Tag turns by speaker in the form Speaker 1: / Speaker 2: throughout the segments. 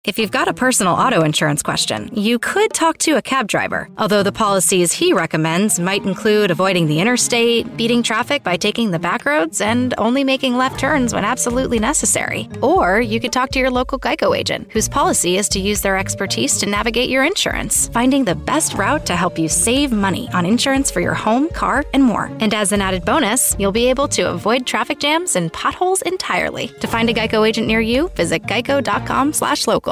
Speaker 1: If you've got a personal auto insurance question, you could talk to a cab driver, although the policies he recommends might include avoiding the interstate, beating traffic by taking the back roads, and only making left turns when absolutely necessary. Or you could talk to your local Geico agent, whose policy is to use their expertise to navigate your insurance, finding the best route to help you save money on insurance for your home, car, and more. And as an added bonus, you'll be able to avoid traffic jams and potholes entirely. To find a Geico agent near you, visit geico.com/local.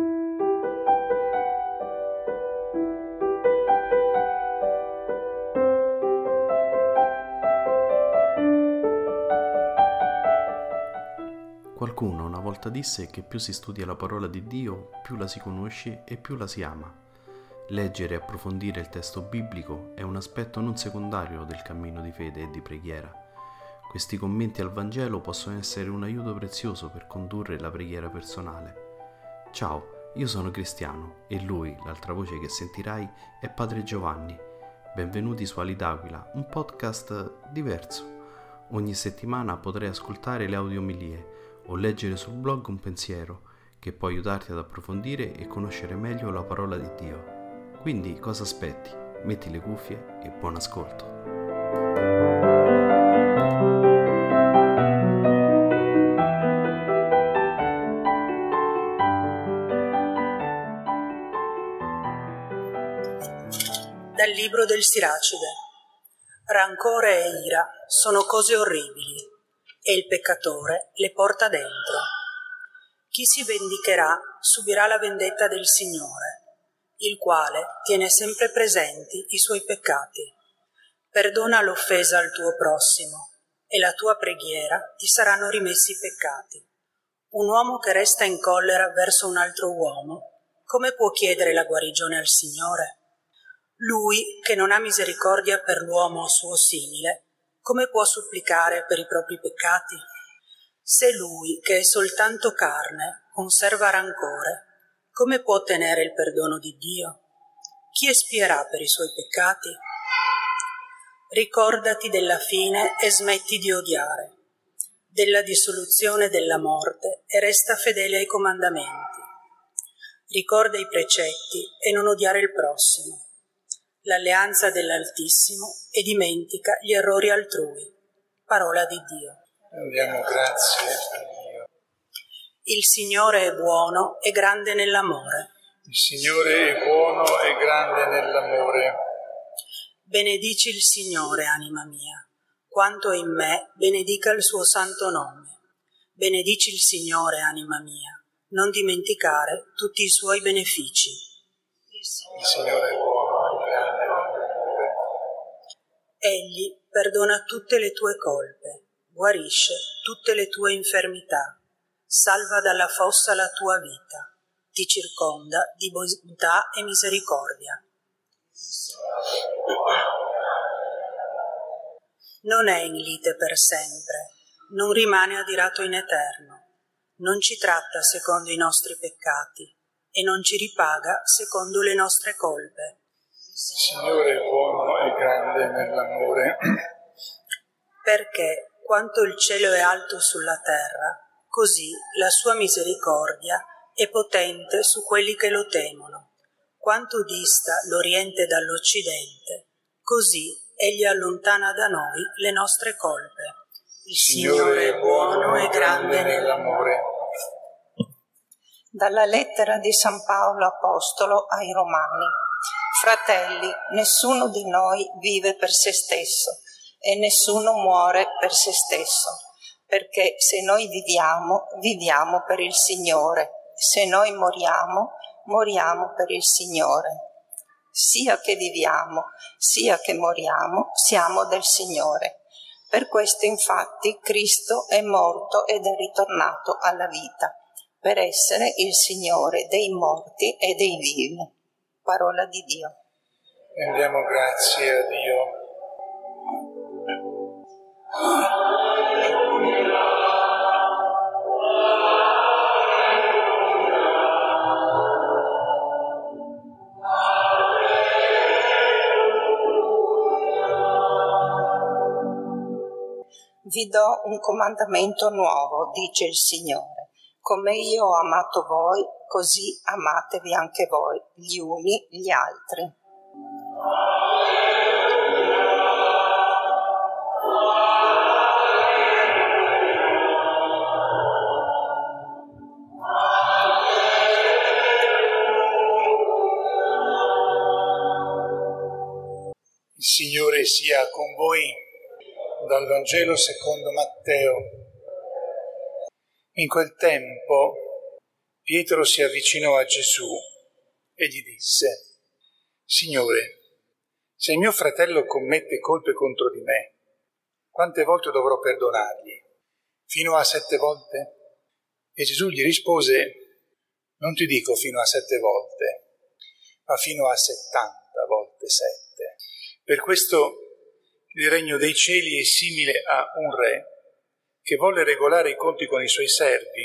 Speaker 2: Qualcuno una volta disse che più si studia la parola di Dio, più la si conosce e più la si ama. Leggere e approfondire il testo biblico è un aspetto non secondario del cammino di fede e di preghiera. Questi commenti al Vangelo possono essere un aiuto prezioso per condurre la preghiera personale. Ciao, io sono Cristiano e lui, l'altra voce che sentirai, è Padre Giovanni. Benvenuti su Ali d'Aquila, un podcast diverso. Ogni settimana potrai ascoltare le audiomilie o leggere sul blog un pensiero che può aiutarti ad approfondire e conoscere meglio la parola di Dio. Quindi cosa aspetti? Metti le cuffie e buon ascolto.
Speaker 3: Dal libro del Siracide. Rancore e ira sono cose orribili e il peccatore le porta dentro. Chi si vendicherà subirà la vendetta del Signore, il quale tiene sempre presenti i suoi peccati. Perdona l'offesa al tuo prossimo e la tua preghiera ti saranno rimessi i peccati. Un uomo che resta in collera verso un altro uomo, come può chiedere la guarigione al Signore? Lui, che non ha misericordia per l'uomo suo simile, come può supplicare per i propri peccati? Se lui, che è soltanto carne, conserva rancore, come può ottenere il perdono di Dio? Chi espierà per i suoi peccati? Ricordati della fine e smetti di odiare, della dissoluzione della morte e resta fedele ai comandamenti. Ricorda i precetti e non odiare il prossimo, l'alleanza dell'Altissimo e dimentica gli errori altrui. Parola di Dio.
Speaker 4: Rendiamo grazie a Dio.
Speaker 3: Il Signore è buono e grande nell'amore.
Speaker 4: Il Signore è buono e grande nell'amore.
Speaker 3: Benedici il Signore, anima mia. Quanto è in me, benedica il suo santo nome. Benedici il Signore, anima mia. Non dimenticare tutti i suoi benefici.
Speaker 4: Il Signore è buono e grande nell'amore.
Speaker 3: Egli perdona tutte le tue colpe, guarisce tutte le tue infermità, salva dalla fossa la tua vita, ti circonda di bontà e misericordia. Non è in lite per sempre, non rimane adirato in eterno, non ci tratta secondo i nostri peccati e non ci ripaga secondo le nostre colpe.
Speaker 4: Il Signore è buono e grande nell'amore.
Speaker 3: Perché quanto il cielo è alto sulla terra, così la sua misericordia è potente su quelli che lo temono. Quanto dista l'Oriente dall'Occidente, così egli allontana da noi le nostre colpe. Il Signore è buono e grande nell'amore.
Speaker 5: Dalla lettera di San Paolo Apostolo ai Romani. Fratelli, nessuno di noi vive per se stesso e nessuno muore per se stesso, perché se noi viviamo, viviamo per il Signore, se noi moriamo, moriamo per il Signore. Sia che viviamo, sia che moriamo, siamo del Signore. Per questo infatti Cristo è morto ed è ritornato alla vita, per essere il Signore dei morti e dei vivi. Parola di Dio.
Speaker 4: Rendiamo grazie a Dio.
Speaker 5: Vi do un comandamento nuovo, dice il Signore. Come io ho amato voi, così amatevi anche voi gli uni gli altri.
Speaker 4: Il Signore sia con voi. Dal Vangelo secondo Matteo. In quel tempo Pietro si avvicinò a Gesù e gli disse: Signore, se mio fratello commette colpe contro di me, quante volte dovrò perdonargli? Fino a 7 volte? E Gesù gli rispose: non ti dico fino a 7 volte, ma fino a 70 volte 7. Per questo il regno dei cieli è simile a un re che volle regolare i conti con i suoi servi.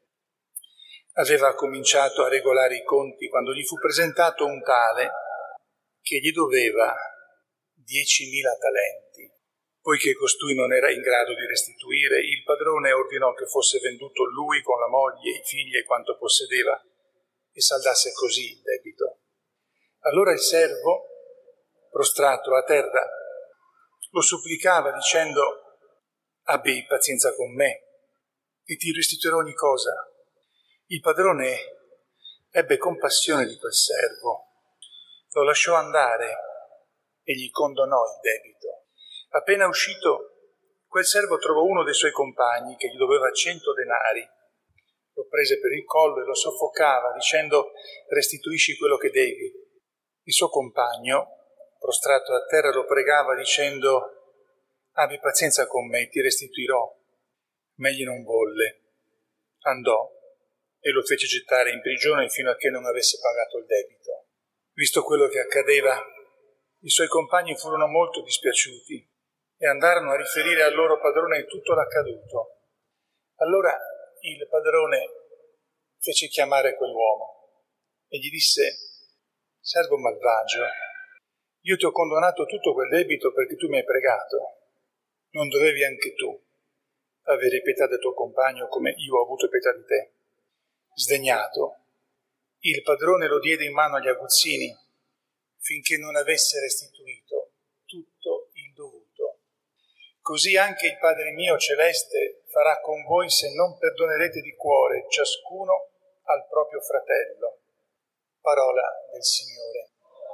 Speaker 4: Aveva cominciato a regolare i conti quando gli fu presentato un tale che gli doveva 10.000 talenti. Poiché costui non era in grado di restituire, il padrone ordinò che fosse venduto lui con la moglie, i figli e quanto possedeva, e saldasse così il debito. Allora il servo, prostrato a terra, lo supplicava dicendo: abbi pazienza con me e ti restituirò ogni cosa. Il padrone ebbe compassione di quel servo, lo lasciò andare e gli condonò il debito. Appena uscito, quel servo trovò uno dei suoi compagni che gli doveva 100 denari. Lo prese per il collo e lo soffocava dicendo: restituisci quello che devi. Il suo compagno, prostrato a terra, lo pregava dicendo: abbi pazienza con me, ti restituirò. Ma egli non volle. Andò e lo fece gettare in prigione fino a che non avesse pagato il debito. Visto quello che accadeva, i suoi compagni furono molto dispiaciuti e andarono a riferire al loro padrone tutto l'accaduto. Allora il padrone fece chiamare quell'uomo e gli disse: servo malvagio, io ti ho condonato tutto quel debito perché tu mi hai pregato. Non dovevi anche tu avere pietà del tuo compagno come io ho avuto pietà di te? Sdegnato, il padrone lo diede in mano agli aguzzini finché non avesse restituito tutto il dovuto. Così anche il Padre mio celeste farà con voi se non perdonerete di cuore ciascuno al proprio fratello. Parola del Signore.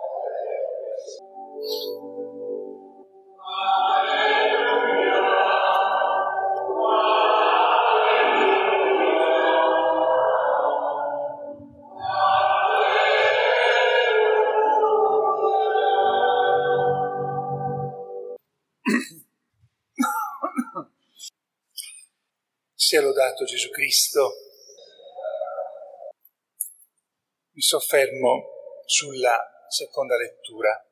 Speaker 4: Sia lodato Gesù Cristo. Mi soffermo sulla seconda lettura.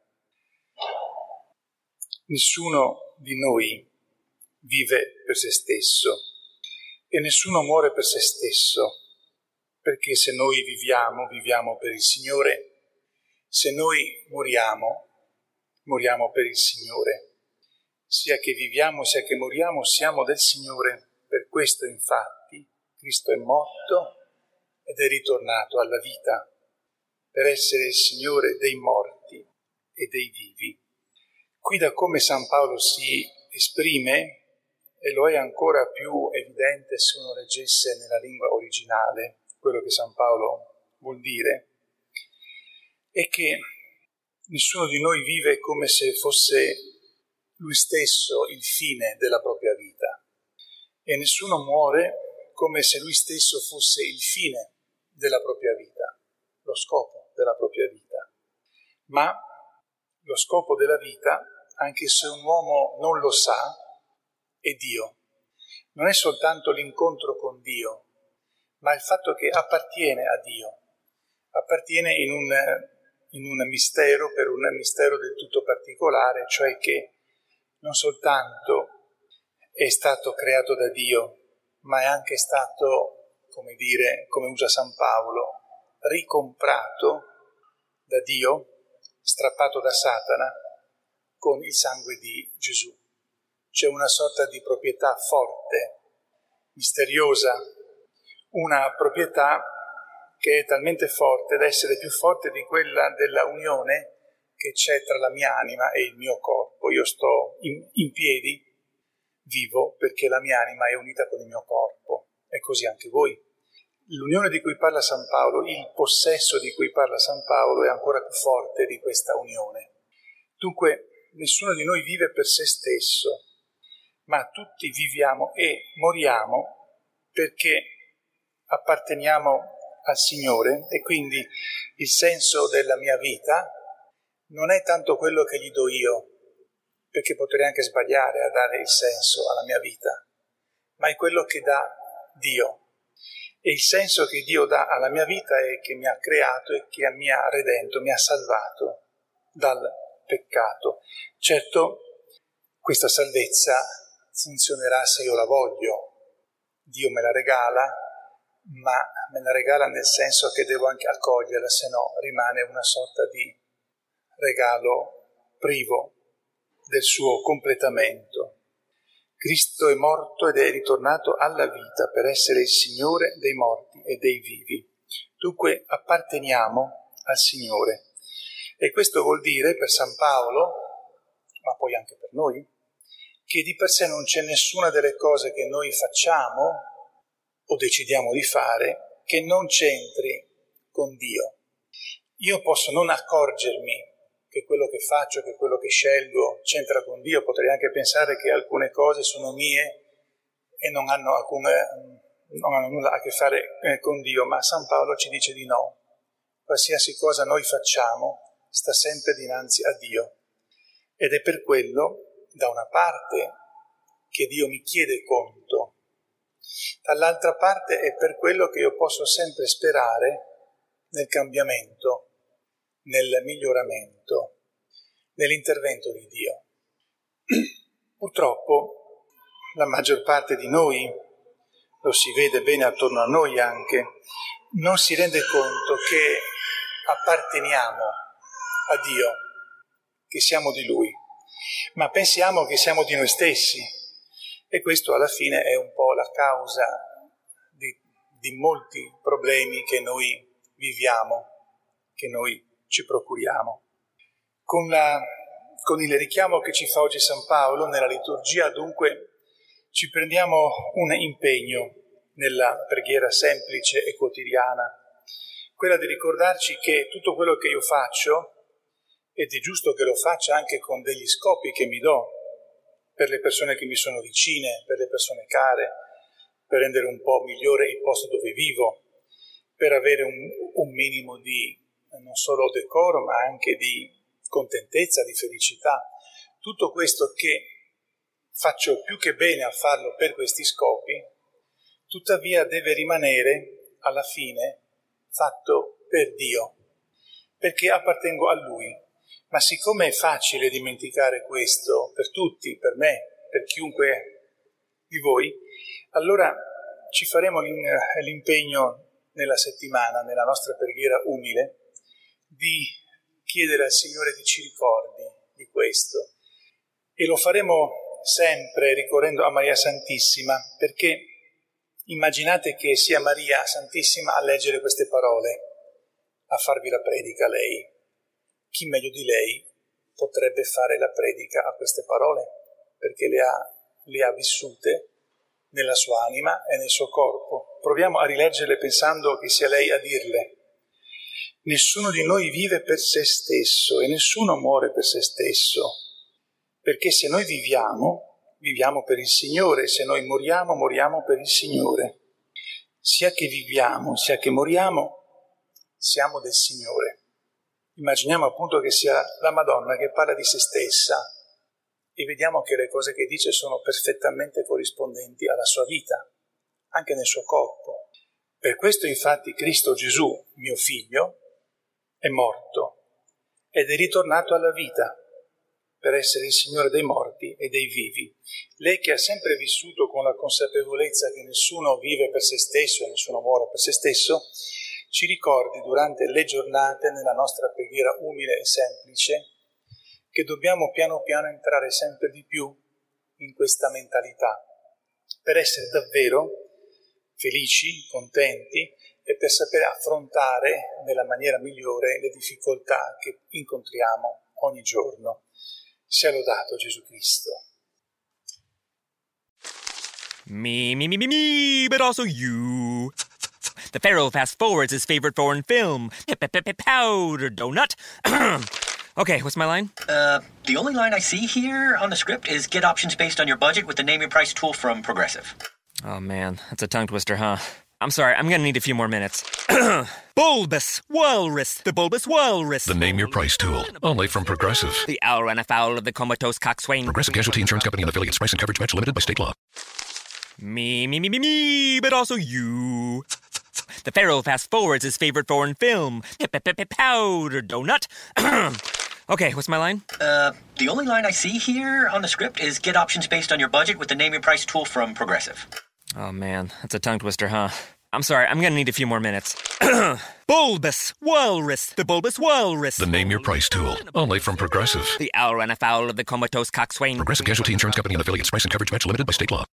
Speaker 4: Nessuno di noi vive per se stesso e nessuno muore per se stesso, perché se noi viviamo, viviamo per il Signore, se noi moriamo per il Signore. Sia che viviamo, sia che moriamo, siamo del Signore. Per questo, infatti, Cristo è morto ed è ritornato alla vita, per essere il Signore dei morti e dei vivi. Qui da come San Paolo si esprime, e lo è ancora più evidente se uno leggesse nella lingua originale quello che San Paolo vuol dire, è che nessuno di noi vive come se fosse lui stesso il fine della propria vita. E nessuno muore come se lui stesso fosse il fine della propria vita, lo scopo della propria vita. Ma lo scopo della vita, anche se un uomo non lo sa, è Dio. Non è soltanto l'incontro con Dio, ma il fatto che appartiene a Dio, appartiene in un mistero, per un mistero del tutto particolare, cioè che non soltanto è stato creato da Dio, ma è anche stato, come usa San Paolo, ricomprato da Dio, strappato da Satana, con il sangue di Gesù. C'è una sorta di proprietà forte, misteriosa, una proprietà che è talmente forte da essere più forte di quella della unione che c'è tra la mia anima e il mio corpo. Io sto in piedi, vivo, perché la mia anima è unita con il mio corpo. E così anche voi. L'unione di cui parla San Paolo, il possesso di cui parla San Paolo è ancora più forte di questa unione. Dunque, nessuno di noi vive per se stesso, ma tutti viviamo e moriamo perché apparteniamo al Signore, e quindi il senso della mia vita non è tanto quello che gli do io, perché potrei anche sbagliare a dare il senso alla mia vita, ma è quello che dà Dio. E il senso che Dio dà alla mia vita è che mi ha creato e che mi ha redento, mi ha salvato dal peccato. Certo, questa salvezza funzionerà se io la voglio. Dio me la regala, ma me la regala nel senso che devo anche accoglierla, se no rimane una sorta di regalo privo del suo completamento. Cristo è morto ed è ritornato alla vita per essere il Signore dei morti e dei vivi. Dunque apparteniamo al Signore. E questo vuol dire per San Paolo, ma poi anche per noi, che di per sé non c'è nessuna delle cose che noi facciamo o decidiamo di fare che non c'entri con Dio. Io posso non accorgermi che quello che faccio, che quello che scelgo c'entra con Dio. Potrei anche pensare che alcune cose sono mie e non hanno nulla a che fare con Dio, ma San Paolo ci dice di no. Qualsiasi cosa noi facciamo sta sempre dinanzi a Dio. Ed è per quello, da una parte, che Dio mi chiede conto, dall'altra parte è per quello che io posso sempre sperare nel cambiamento, nel miglioramento, nell'intervento di Dio. Purtroppo la maggior parte di noi, lo si vede bene attorno a noi anche, non si rende conto che apparteniamo a Dio, che siamo di Lui, ma pensiamo che siamo di noi stessi, e questo alla fine è un po' la causa di molti problemi che noi viviamo, che noi ci procuriamo. Con il richiamo che ci fa oggi San Paolo nella liturgia, dunque, ci prendiamo un impegno nella preghiera semplice e quotidiana, quella di ricordarci che tutto quello che io faccio, ed è giusto che lo faccia anche con degli scopi che mi do, per le persone che mi sono vicine, per le persone care, per rendere un po' migliore il posto dove vivo, per avere un minimo di non solo decoro, ma anche di contentezza, di felicità. Tutto questo che faccio più che bene a farlo per questi scopi, tuttavia deve rimanere alla fine fatto per Dio, perché appartengo a Lui. Ma siccome è facile dimenticare questo per tutti, per me, per chiunque di voi, allora ci faremo l'impegno nella settimana, nella nostra preghiera umile, di chiedere al Signore che ci ricordi di questo. E lo faremo sempre ricorrendo a Maria Santissima, perché immaginate che sia Maria Santissima a leggere queste parole, a farvi la predica lei. Chi meglio di lei potrebbe fare la predica a queste parole, perché le ha vissute nella sua anima e nel suo corpo. Proviamo a rileggerle pensando che sia lei a dirle. Nessuno di noi vive per se stesso e nessuno muore per se stesso, perché se noi viviamo, viviamo per il Signore, se noi moriamo, moriamo per il Signore. Sia che viviamo, sia che moriamo, siamo del Signore. Immaginiamo appunto che sia la Madonna che parla di se stessa e vediamo che le cose che dice sono perfettamente corrispondenti alla sua vita, anche nel suo corpo. Per questo infatti Cristo Gesù, mio figlio, è morto ed è ritornato alla vita per essere il Signore dei morti e dei vivi. Lei che ha sempre vissuto con la consapevolezza che nessuno vive per se stesso e nessuno muore per se stesso, ci ricordi durante le giornate nella nostra preghiera umile e semplice che dobbiamo piano piano entrare sempre di più in questa mentalità per essere davvero felici, contenti e per saper affrontare nella maniera migliore le difficoltà che incontriamo ogni giorno. Sia lodato Gesù Cristo.
Speaker 6: Me, but also you. The Pharaoh fast forwards his favorite foreign film, Powder Donut. Okay, what's my line?
Speaker 7: The only line I see here on the script is get options based on your budget with the Name Your Price tool from Progressive.
Speaker 6: Oh man, that's a tongue twister, huh? I'm sorry, I'm gonna need a few more minutes. Bulbous Walrus, the Bulbous Walrus.
Speaker 8: The Name Your Price tool, only from Progressive.
Speaker 6: The owl ran afoul of the comatose coxswain.
Speaker 8: Progressive Casualty Insurance Company and affiliates. Price and coverage match limited by state law.
Speaker 6: Me, but also you. The Pharaoh fast forwards his favorite foreign film, Powder Donut. Okay, what's my line?
Speaker 7: The only line I see here on the script is get options based on your budget with the Name Your Price tool from Progressive.
Speaker 6: Oh man, that's a tongue twister, huh? I'm sorry, I'm gonna need a few more minutes. Bulbous Walrus, the Bulbous Walrus.
Speaker 8: The Name Your Price tool, only from Progressive.
Speaker 6: The owl ran afoul of the comatose coxswain.
Speaker 8: Progressive Casualty Insurance Company and affiliates. Price and coverage match limited by state law.